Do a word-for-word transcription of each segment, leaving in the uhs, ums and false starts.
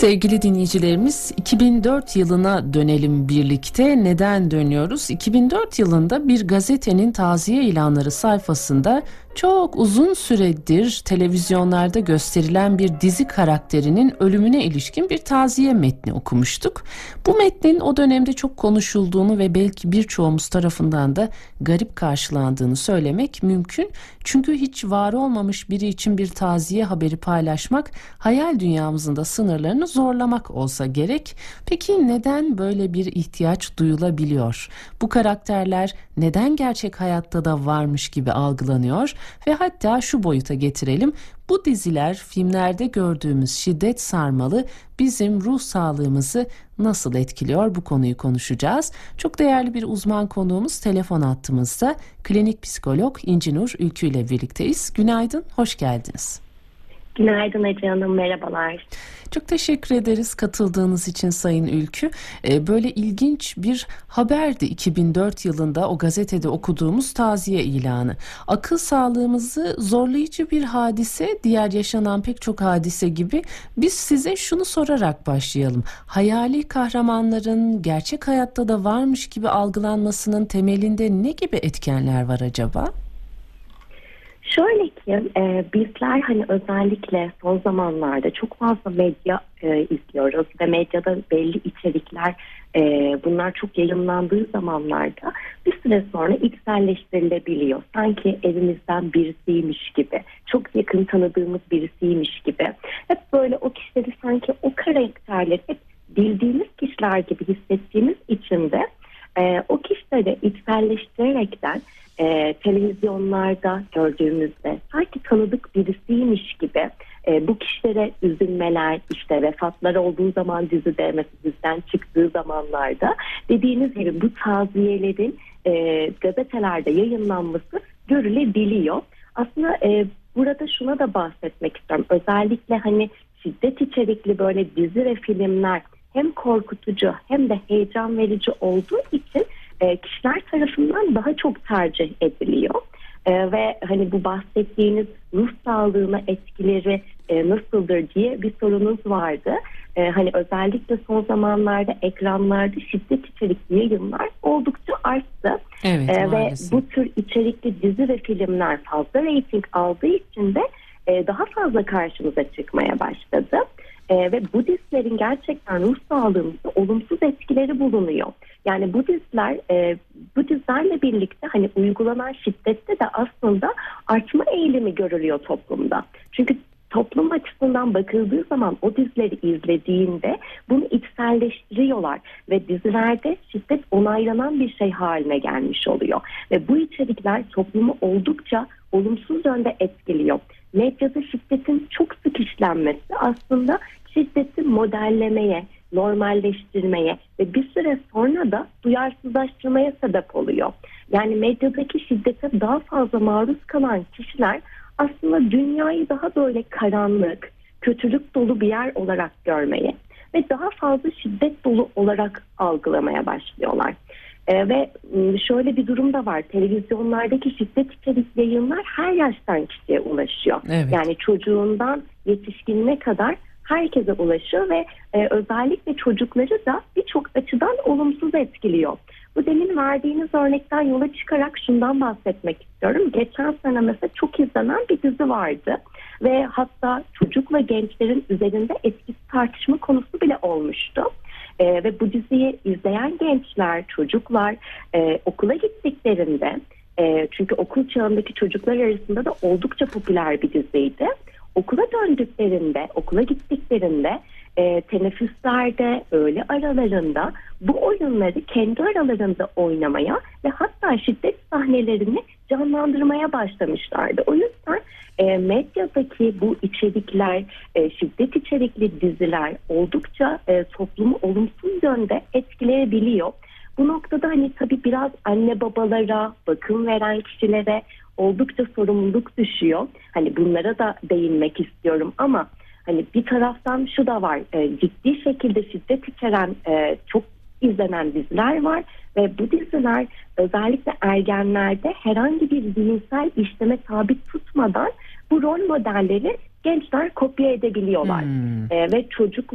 Sevgili dinleyicilerimiz, iki bin dört yılına dönelim birlikte. Neden dönüyoruz? iki bin dört yılında bir gazetenin taziye ilanları sayfasında çok uzun süredir televizyonlarda gösterilen bir dizi karakterinin ölümüne ilişkin bir taziye metni okumuştuk. Bu metnin o dönemde çok konuşulduğunu ve belki birçoğumuz tarafından da garip karşılandığını söylemek mümkün. Çünkü hiç var olmamış biri için bir taziye haberi paylaşmak hayal dünyamızın da sınırlarını zorlamak olsa gerek. Peki neden böyle bir ihtiyaç duyulabiliyor? Bu karakterler neden gerçek hayatta da varmış gibi algılanıyor? Ve hatta şu boyuta getirelim, bu diziler filmlerde gördüğümüz şiddet sarmalı bizim ruh sağlığımızı nasıl etkiliyor, bu konuyu konuşacağız. Çok değerli bir uzman konuğumuz telefon hattımızda, klinik psikolog İnci Nur Ülkü ile birlikteyiz. Günaydın, hoş geldiniz. Günaydın Ece Hanım, merhabalar. Çok teşekkür ederiz katıldığınız için Sayın Ülkü. Böyle ilginç bir haberdi iki bin dört yılında o gazetede okuduğumuz taziye ilanı. Akıl sağlığımızı zorlayıcı bir hadise, diğer yaşanan pek çok hadise gibi. Biz size şunu sorarak başlayalım. Hayali kahramanların gerçek hayatta da varmış gibi algılanmasının temelinde ne gibi etkenler var acaba? Şöyle ki e, bizler hani özellikle son zamanlarda çok fazla medya e, izliyoruz ve medyada belli içerikler e, bunlar çok yayınlandığı zamanlarda bir süre sonra içselleştirilebiliyor. Sanki evimizden birisiymiş gibi, çok yakın tanıdığımız birisiymiş gibi. Hep böyle o kişileri sanki o karakterleri hep bildiğimiz kişiler gibi hissettiğimiz için de e, o kişileri içselleştirerekten E, televizyonlarda gördüğümüzde sanki tanıdık birisiymiş gibi e, bu kişilere üzülmeler, işte vefatlar olduğu zaman dizide mesela diziden çıktığı zamanlarda dediğiniz gibi bu taziyelerin e, gazetelerde yayınlanması görülebiliyor. Aslında e, burada şuna da bahsetmek istiyorum. Özellikle hani şiddet içerikli böyle dizi ve filmler hem korkutucu hem de heyecan verici olduğu için kişiler tarafından daha çok tercih ediliyor ee, ve hani bu bahsettiğiniz ruh sağlığına etkileri e, nasıldır diye bir sorunuz vardı. Ee, hani özellikle son zamanlarda ekranlarda şiddet içerikli yayınlar oldukça arttı. Evet, ee, ve bu tür içerikli dizi ve filmler fazla reyting aldığı için de e, daha fazla karşımıza çıkmaya başladı. Ee, ve bu dizilerin gerçekten ruh sağlığımızda olumsuz etkileri bulunuyor. Yani bu diziler, e, bu dizilerle birlikte hani uygulanan şiddette de aslında artma eğilimi görülüyor toplumda. Çünkü toplum açısından bakıldığı zaman o dizileri izlediğinde bunu içselleştiriyorlar ve dizilerde şiddet onaylanan bir şey haline gelmiş oluyor. Ve bu içerikler toplumu oldukça olumsuz yönde etkiliyor. Medyada şiddetin çok sık işlenmesi aslında şiddeti modellemeye, normalleştirmeye ve bir süre sonra da duyarsızlaştırmaya sebep oluyor. Yani medyadaki şiddete daha fazla maruz kalan kişiler aslında dünyayı daha böyle karanlık, kötülük dolu bir yer olarak görmeye ve daha fazla şiddet dolu olarak algılamaya başlıyorlar. Ee, ve şöyle bir durum da var. Televizyonlardaki şiddet içerikli yayınlar her yaştan kişiye ulaşıyor. Evet. Yani çocuğundan yetişkinine kadar herkese ulaşıyor ve e, özellikle çocukları da birçok açıdan olumsuz etkiliyor. Bu demin verdiğiniz örnekten yola çıkarak şundan bahsetmek istiyorum. Geçen sene mesela çok izlenen bir dizi vardı ve hatta çocuk ve gençlerin üzerinde etkisi tartışma konusu bile olmuştu. Ee, ve bu diziyi izleyen gençler, çocuklar e, okula gittiklerinde, e, çünkü okul çağındaki çocuklar arasında da oldukça popüler bir diziydi. Okula döndüklerinde, okula gittiklerinde e, teneffüslerde, öğle aralarında bu oyunları kendi aralarında oynamaya ve hatta şiddet sahnelerini canlandırmaya başlamışlardı. O yüzden e, medyadaki bu içerikler, e, şiddet içerikli diziler oldukça e, toplumu olumsuz yönde etkileyebiliyor. Bu noktada hani tabii biraz anne babalara, bakım veren kişilere oldukça sorumluluk düşüyor. Hani bunlara da değinmek istiyorum ama hani bir taraftan şu da var. E, ciddi şekilde şiddet içeren e, çok izlenen diziler var ve bu diziler özellikle ergenlerde herhangi bir zihinsel işleme tabi tutmadan bu rol modelleri gençler kopya edebiliyorlar. Hmm. E, ve çocuklar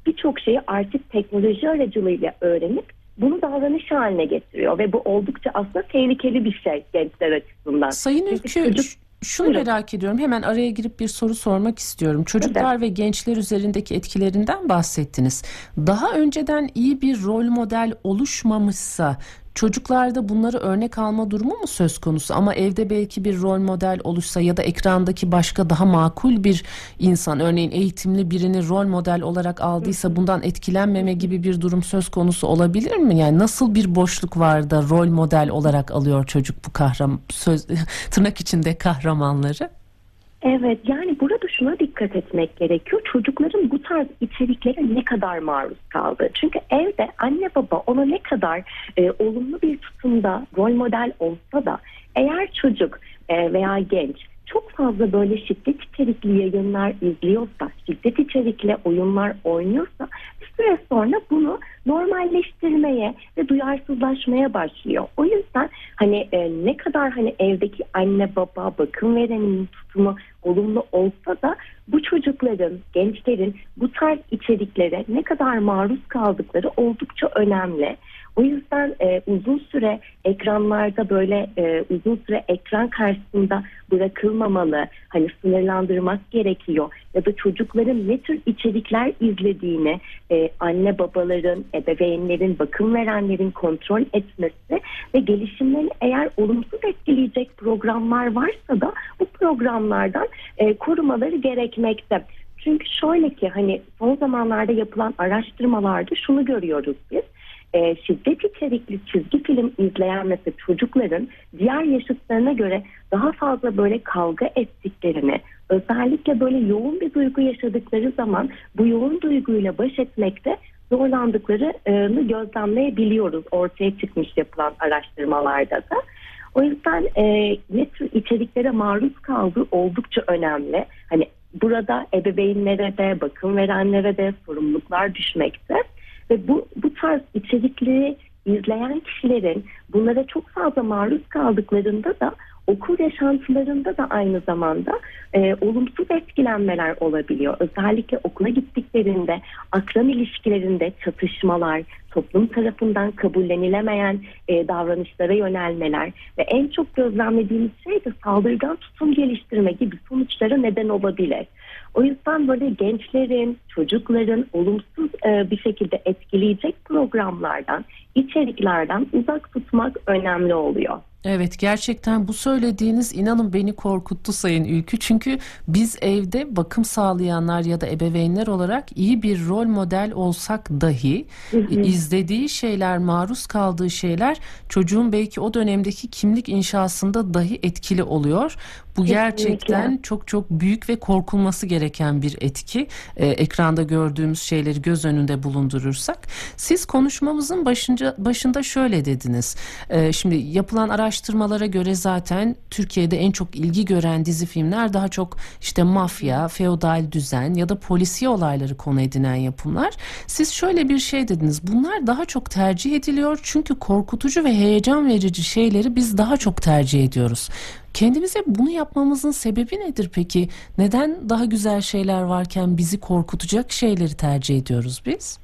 birçok şeyi artık teknoloji aracılığıyla öğrenip bunu davranış haline getiriyor ve bu oldukça aslında tehlikeli bir şey gençler açısından. Sayın Çünkü Ülkü, çocuk... ş- şunu Buyurun. merak ediyorum. Hemen araya girip bir soru sormak istiyorum. Çocuklar ve gençler üzerindeki etkilerinden bahsettiniz. Daha önceden iyi bir rol model oluşmamışsa çocuklarda bunları örnek alma durumu mu söz konusu? Ama evde belki bir rol model oluşsa ya da ekrandaki başka daha makul bir insan, örneğin eğitimli birini rol model olarak aldıysa bundan etkilenmeme gibi bir durum söz konusu olabilir mi? Yani nasıl bir boşluk var da rol model olarak alıyor çocuk bu kahraman, söz, tırnak içinde kahramanları? Evet, yani burada şuna dikkat etmek gerekiyor. Çocukların bu tarz içeriklere ne kadar maruz kaldığı. Çünkü evde anne baba ona ne kadar e, olumlu bir tutumda rol model olsa da eğer çocuk e, veya genç çok fazla böyle şiddet içerikli yayınlar izliyorsa, şiddet içerikli oyunlar oynuyorsa bir süre sonra bunu normalleştirmeye ve duyarsızlaşmaya başlıyor. O yüzden hani e, ne kadar hani evdeki anne baba, bakım verenin tutumu olumlu olsa da bu çocukların, gençlerin bu tarz içeriklere ne kadar maruz kaldıkları oldukça önemli. O yüzden e, uzun süre ekranlarda böyle e, uzun süre ekran karşısında bırakılmamalı. Hani sınırlandırmak gerekiyor. Ya da çocukların ne tür içerikler izlediğini e, anne babaların, ebeveynlerin, bakım verenlerin kontrol etmesi ve gelişimlerini eğer olumsuz etkileyecek programlar varsa da bu programlardan e, korumaları gerekmekte. Çünkü şöyle ki hani son zamanlarda yapılan araştırmalarda şunu görüyoruz biz. E, şiddet içerikli çizgi film izleyen mesela çocukların diğer yaşıtlarına göre daha fazla böyle kavga ettiklerini, özellikle böyle yoğun bir duygu yaşadıkları zaman bu yoğun duyguyla baş etmekte zorlandıklarını gözlemleyebiliyoruz ortaya çıkmış yapılan araştırmalarda da. O yüzden e, ne tür içeriklere maruz kaldığı oldukça önemli. Hani burada ebeveynlere de, bakım verenlere de sorumluluklar düşmekte. Ve bu, bu tarz içerikleri izleyen kişilerin bunlara çok fazla maruz kaldıklarında da okul yaşantılarında da aynı zamanda e, olumsuz etkilenmeler olabiliyor. Özellikle okula gittiklerinde, akran ilişkilerinde çatışmalar, toplum tarafından kabullenilemeyen e, davranışlara yönelmeler ve en çok gözlemlediğimiz şey de saldırgan tutum geliştirme gibi sonuçlara neden olabilir. O yüzden böyle gençlerin, çocukların olumsuz e, bir şekilde etkileyecek programlardan, içeriklerden uzak tutmak önemli oluyor. Evet, gerçekten bu söylediğiniz inanın beni korkuttu Sayın Ülkü. Çünkü biz evde bakım sağlayanlar ya da ebeveynler olarak iyi bir rol model olsak dahi Hı hı. izlediği şeyler, maruz kaldığı şeyler çocuğun belki o dönemdeki kimlik inşasında dahi etkili oluyor. Bu Kesinlikle. gerçekten çok çok büyük ve korkulması gereken bir etki. Ee, ekranda gördüğümüz şeyleri göz önünde bulundurursak. Siz konuşmamızın başınca, başında şöyle dediniz. Ee, şimdi yapılan araştırmalara göre zaten Türkiye'de en çok ilgi gören dizi filmler daha çok işte mafya, feodal düzen ya da polisiye olayları konu edinen yapımlar. Siz şöyle bir şey dediniz. Bunlar daha çok tercih ediliyor çünkü korkutucu ve heyecan verici şeyleri biz daha çok tercih ediyoruz. Kendimize bunu yapmamızın sebebi nedir peki? Neden daha güzel şeyler varken bizi korkutacak şeyleri tercih ediyoruz biz?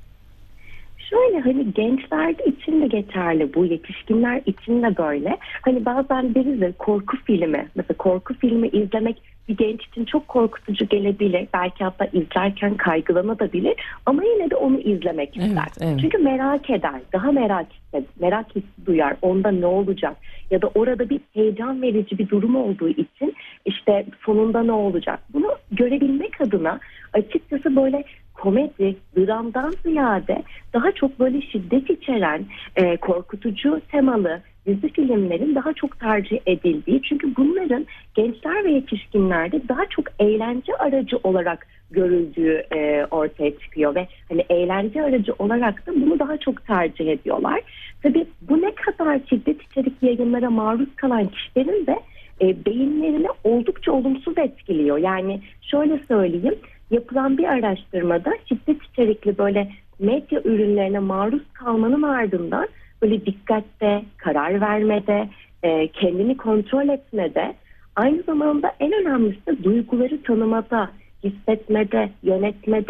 Şöyle hani gençler için de geçerli bu, yetişkinler için de böyle. Hani bazen deriz ya korku filmi, mesela korku filmi izlemek bir genç için çok korkutucu gelebilir. Belki hatta izlerken kaygılanabilir ama yine de onu izlemek ister. Evet, evet. Çünkü merak eder, daha merak eder, merak hissi duyar. Onda ne olacak? Ya da orada bir heyecan verici bir durum olduğu için işte sonunda ne olacak? Bunu görebilmek adına açıkçası böyle komedi, dramdan ziyade daha çok böyle şiddet içeren, e, korkutucu temalı dizi filmlerin daha çok tercih edildiği. Çünkü bunların gençler ve yetişkinlerde daha çok eğlence aracı olarak görüldüğü e, ortaya çıkıyor ve hani eğlence aracı olarak da bunu daha çok tercih ediyorlar. Tabii bu ne kadar şiddet içerikli yayınlara maruz kalan kişilerin de e, beyinlerini oldukça olumsuz etkiliyor. Yani şöyle söyleyeyim, yapılan bir araştırmada şiddet içerikli böyle medya ürünlerine maruz kalmanın ardından böyle dikkatte, karar vermede, e, kendini kontrol etmede, aynı zamanda en önemlisi de duyguları tanımada, hissetmede, yönetmede,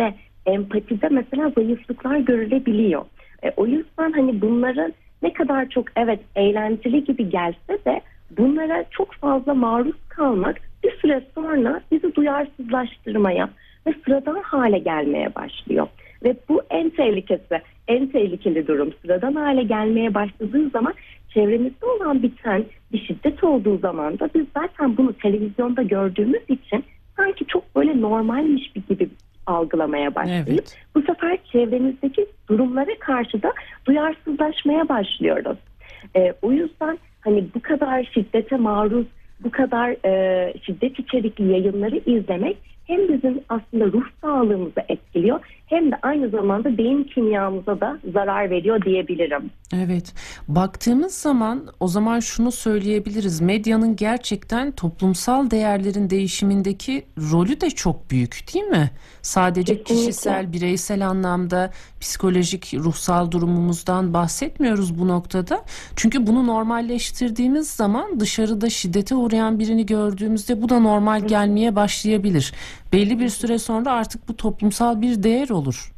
empatide mesela zayıflıklar görülebiliyor. E, o yüzden hani bunların ne kadar çok evet eğlenceli gibi gelse de bunlara çok fazla maruz kalmak bir süre sonra bizi duyarsızlaştırmaya ve sıradan hale gelmeye başlıyor. Ve bu en tehlikesi, en tehlikeli durum. Sıradan hale gelmeye başladığı zaman çevremizde olan biten bir şiddet olduğu zaman da biz zaten bunu televizyonda gördüğümüz için sanki çok böyle normalmiş bir gibi algılamaya başlayıp Evet. bu sefer çevremizdeki durumlara karşı da duyarsızlaşmaya başlıyoruz. Ee, o yüzden hani bu kadar şiddete maruz, bu kadar e, şiddet içerikli yayınları izlemek hem bizim aslında ruh sağlığımızı etkiliyor hem de aynı zamanda beyin kimyamıza da zarar veriyor diyebilirim. Evet, baktığımız zaman o zaman şunu söyleyebiliriz. Medyanın gerçekten toplumsal değerlerin değişimindeki rolü de çok büyük, değil mi? Sadece Kesinlikle. kişisel, bireysel anlamda psikolojik, ruhsal durumumuzdan bahsetmiyoruz bu noktada. Çünkü bunu normalleştirdiğimiz zaman dışarıda şiddete uğrayan birini gördüğümüzde bu da normal gelmeye başlayabilir. Belli bir süre sonra artık bu toplumsal bir değer olur.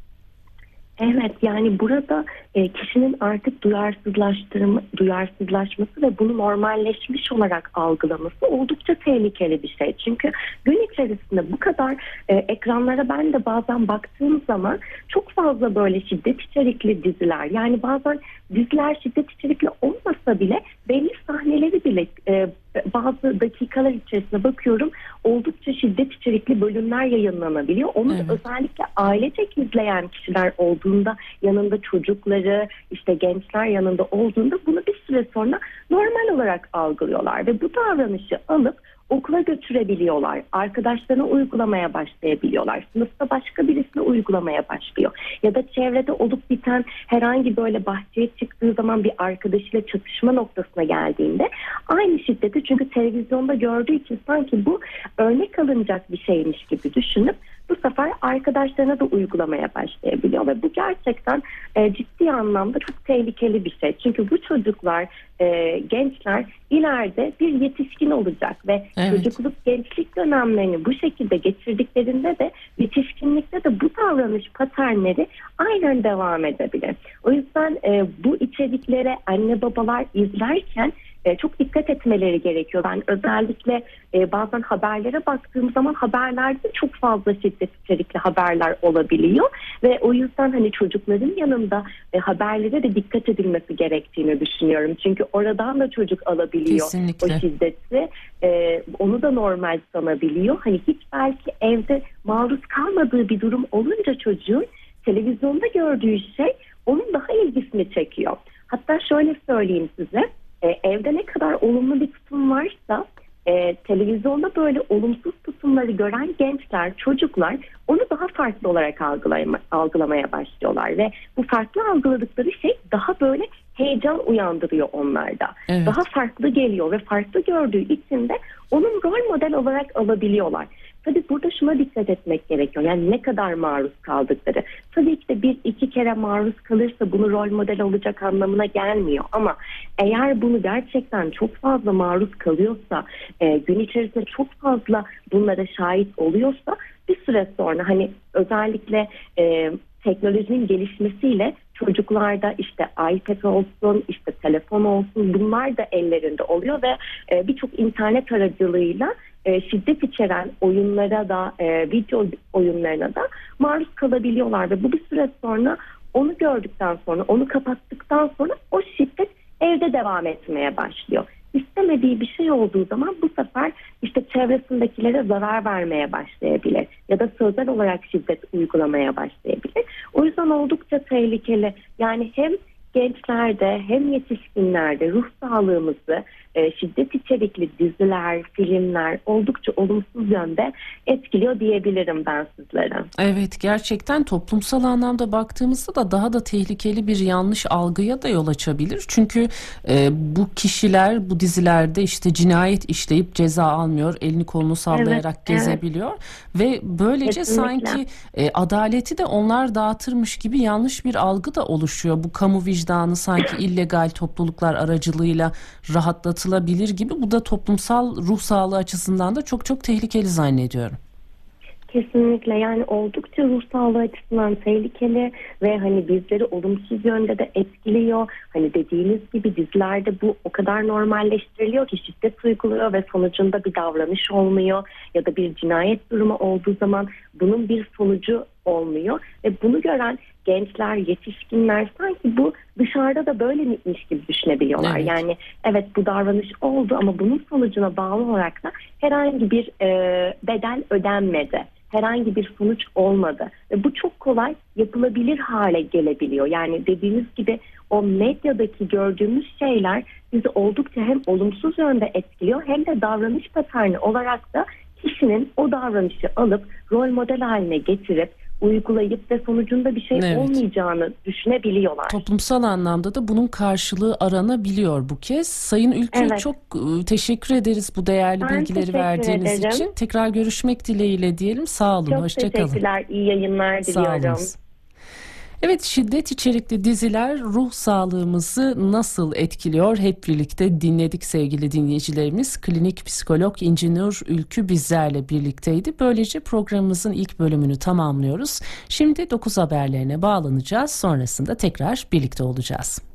Evet, yani burada e, kişinin artık duyarsızlaştırma, duyarsızlaşması ve bunu normalleşmiş olarak algılaması oldukça tehlikeli bir şey. Çünkü gün içerisinde bu kadar e, ekranlara ben de bazen baktığım zaman çok fazla böyle şiddet içerikli diziler, yani bazen diziler şiddet içerikli olmasa bile belli sahneleri bile e, bazı dakikalar içerisinde bakıyorum oldukça şiddet içerikli bölümler yayınlanabiliyor. Onu Evet. özellikle ailecek izleyen kişiler olduğunda, yanında çocukları, işte gençler yanında olduğunda bunu bir süre sonra normal olarak algılıyorlar ve bu davranışı alıp okula götürebiliyorlar. Arkadaşlarına uygulamaya başlayabiliyorlar. Sınıfta başka birisine uygulamaya başlıyor. Ya da çevrede olup biten herhangi böyle bahçeye çıktığı zaman bir arkadaşıyla çatışma noktasına geldiğinde aynı şiddeti, çünkü televizyonda gördüğü için sanki bu örnek alınacak bir şeymiş gibi düşünüp bu sefer arkadaşlarına da uygulamaya başlayabiliyor ve bu gerçekten e, ciddi anlamda çok tehlikeli bir şey. Çünkü bu çocuklar, e, gençler ileride bir yetişkin olacak ve Evet. çocukluk, gençlik dönemlerini bu şekilde geçirdiklerinde de yetişkinlikte de bu davranış paternleri aynen devam edebilir. O yüzden e, bu içeriklere anne babalar izlerken E, çok dikkat etmeleri gerekiyor. Ben özellikle e, bazen haberlere baktığım zaman haberlerde çok fazla şiddet içerikli haberler olabiliyor ve o yüzden hani çocukların yanında e, haberlere de dikkat edilmesi gerektiğini düşünüyorum. Çünkü oradan da çocuk alabiliyor Kesinlikle. o şiddeti. E, onu da normal sanabiliyor. Hani hiç belki evde maruz kalmadığı bir durum olunca çocuğun televizyonda gördüğü şey onun daha ilgisini çekiyor. Hatta şöyle söyleyeyim size. E, evde ne kadar olumlu bir tutum varsa e, televizyonda böyle olumsuz tutumları gören gençler, çocuklar onu daha farklı olarak algılama, algılamaya başlıyorlar ve bu farklı algıladıkları şey daha böyle heyecan uyandırıyor onlarda. Evet. Daha farklı geliyor ve farklı gördüğü için de onun rol model olarak alabiliyorlar. Tabii burada şuna dikkat etmek gerekiyor. Yani ne kadar maruz kaldıkları. Tabii ki de bir iki kere maruz kalırsa bunu rol model olacak anlamına gelmiyor. Ama eğer bunu gerçekten çok fazla maruz kalıyorsa, e, gün içerisinde çok fazla bunlara şahit oluyorsa bir süre sonra hani özellikle e, teknolojinin gelişmesiyle çocuklarda işte iPad olsun, işte telefon olsun, bunlar da ellerinde oluyor ve e, birçok internet aracılığıyla e, şiddet içeren oyunlara da, e, video oyunlarına da maruz kalabiliyorlar ve bu bir süre sonra onu gördükten sonra, onu kapattıktan sonra o şiddet evde devam etmeye başlıyor. İstemediği bir şey olduğu zaman bu sefer işte çevresindekilere zarar vermeye başlayabilir ya da sözel olarak şiddet uygulamaya başlayabilir. O yüzden oldukça tehlikeli. Yani hem gençlerde hem yetişkinlerde ruh sağlığımızı e, şiddet içerikli diziler, filmler oldukça olumsuz yönde etkiliyor diyebilirim ben sizlere. Evet, gerçekten toplumsal anlamda baktığımızda da daha da tehlikeli bir yanlış algıya da yol açabilir. Çünkü e, bu kişiler bu dizilerde işte cinayet işleyip ceza almıyor, elini kolunu sallayarak Evet, gezebiliyor ve böylece Kesinlikle. sanki e, adaleti de onlar dağıtırmış gibi yanlış bir algı da oluşuyor. Bu kamu vicdanı sanki illegal topluluklar aracılığıyla rahatlatılabilir gibi. Bu da toplumsal ruh sağlığı açısından da çok çok tehlikeli zannediyorum. Kesinlikle, yani oldukça ruh sağlığı açısından tehlikeli ve hani bizleri olumsuz yönde de etkiliyor. Hani dediğiniz gibi dizilerde bu o kadar normalleştiriliyor ki şiddet uyguluyor ve sonucunda bir davranış olmuyor ya da bir cinayet durumu olduğu zaman bunun bir sonucu olmuyor ve bunu gören gençler, yetişkinler sanki bu dışarıda da böyle miymiş gibi düşünebiliyorlar. Evet. Yani evet, bu davranış oldu ama bunun sonucuna bağlı olarak da herhangi bir e, bedel ödenmedi. Herhangi bir sonuç olmadı. Ve bu çok kolay yapılabilir hale gelebiliyor. Yani dediğiniz gibi o medyadaki gördüğümüz şeyler bizi oldukça hem olumsuz yönde etkiliyor hem de davranış paterni olarak da kişinin o davranışı alıp rol model haline getirip uygulayıp ve sonucunda bir şey Evet. olmayacağını düşünebiliyorlar. Toplumsal anlamda da bunun karşılığı aranabiliyor bu kez. Sayın Ülkü, Evet. çok e, teşekkür ederiz bu değerli Ben bilgileri teşekkür verdiğiniz ederim. için. Tekrar görüşmek dileğiyle diyelim. Sağ olun, Çok hoşça kalın. teşekkürler. İyi yayınlar Sağ diliyorum. olunuz. Evet, şiddet içerikli diziler ruh sağlığımızı nasıl etkiliyor? Hep birlikte dinledik sevgili dinleyicilerimiz. Klinik psikolog İncinur Ülkü bizlerle birlikteydi. Böylece programımızın ilk bölümünü tamamlıyoruz. Şimdi dokuz haberlerine bağlanacağız. Sonrasında tekrar birlikte olacağız.